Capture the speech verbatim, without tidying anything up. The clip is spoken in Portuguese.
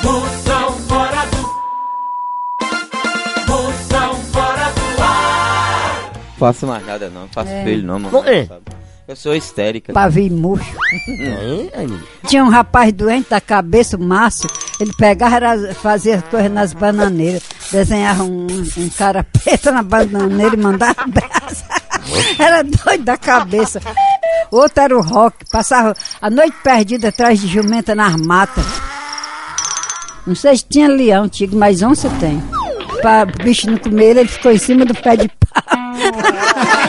Moção fora do... Moção fora do ar. Faço mais nada não, faço É. filho não, mano. Por quê? Eu sou histérica. Pavio murcho. É, amigo. Tinha um rapaz doente da cabeça, o Márcio. Ele pegava, era, fazia as coisas nas bananeiras. Desenhava um, um cara preto na bananeira e mandava abraçar. Era doido da cabeça. Outro era o Rock. Passava a noite perdida atrás de jumenta nas matas. Não sei se tinha leão, Tigo, mas onça tem. Para o bicho não comer ele, ele ficou em cima do pé de pau.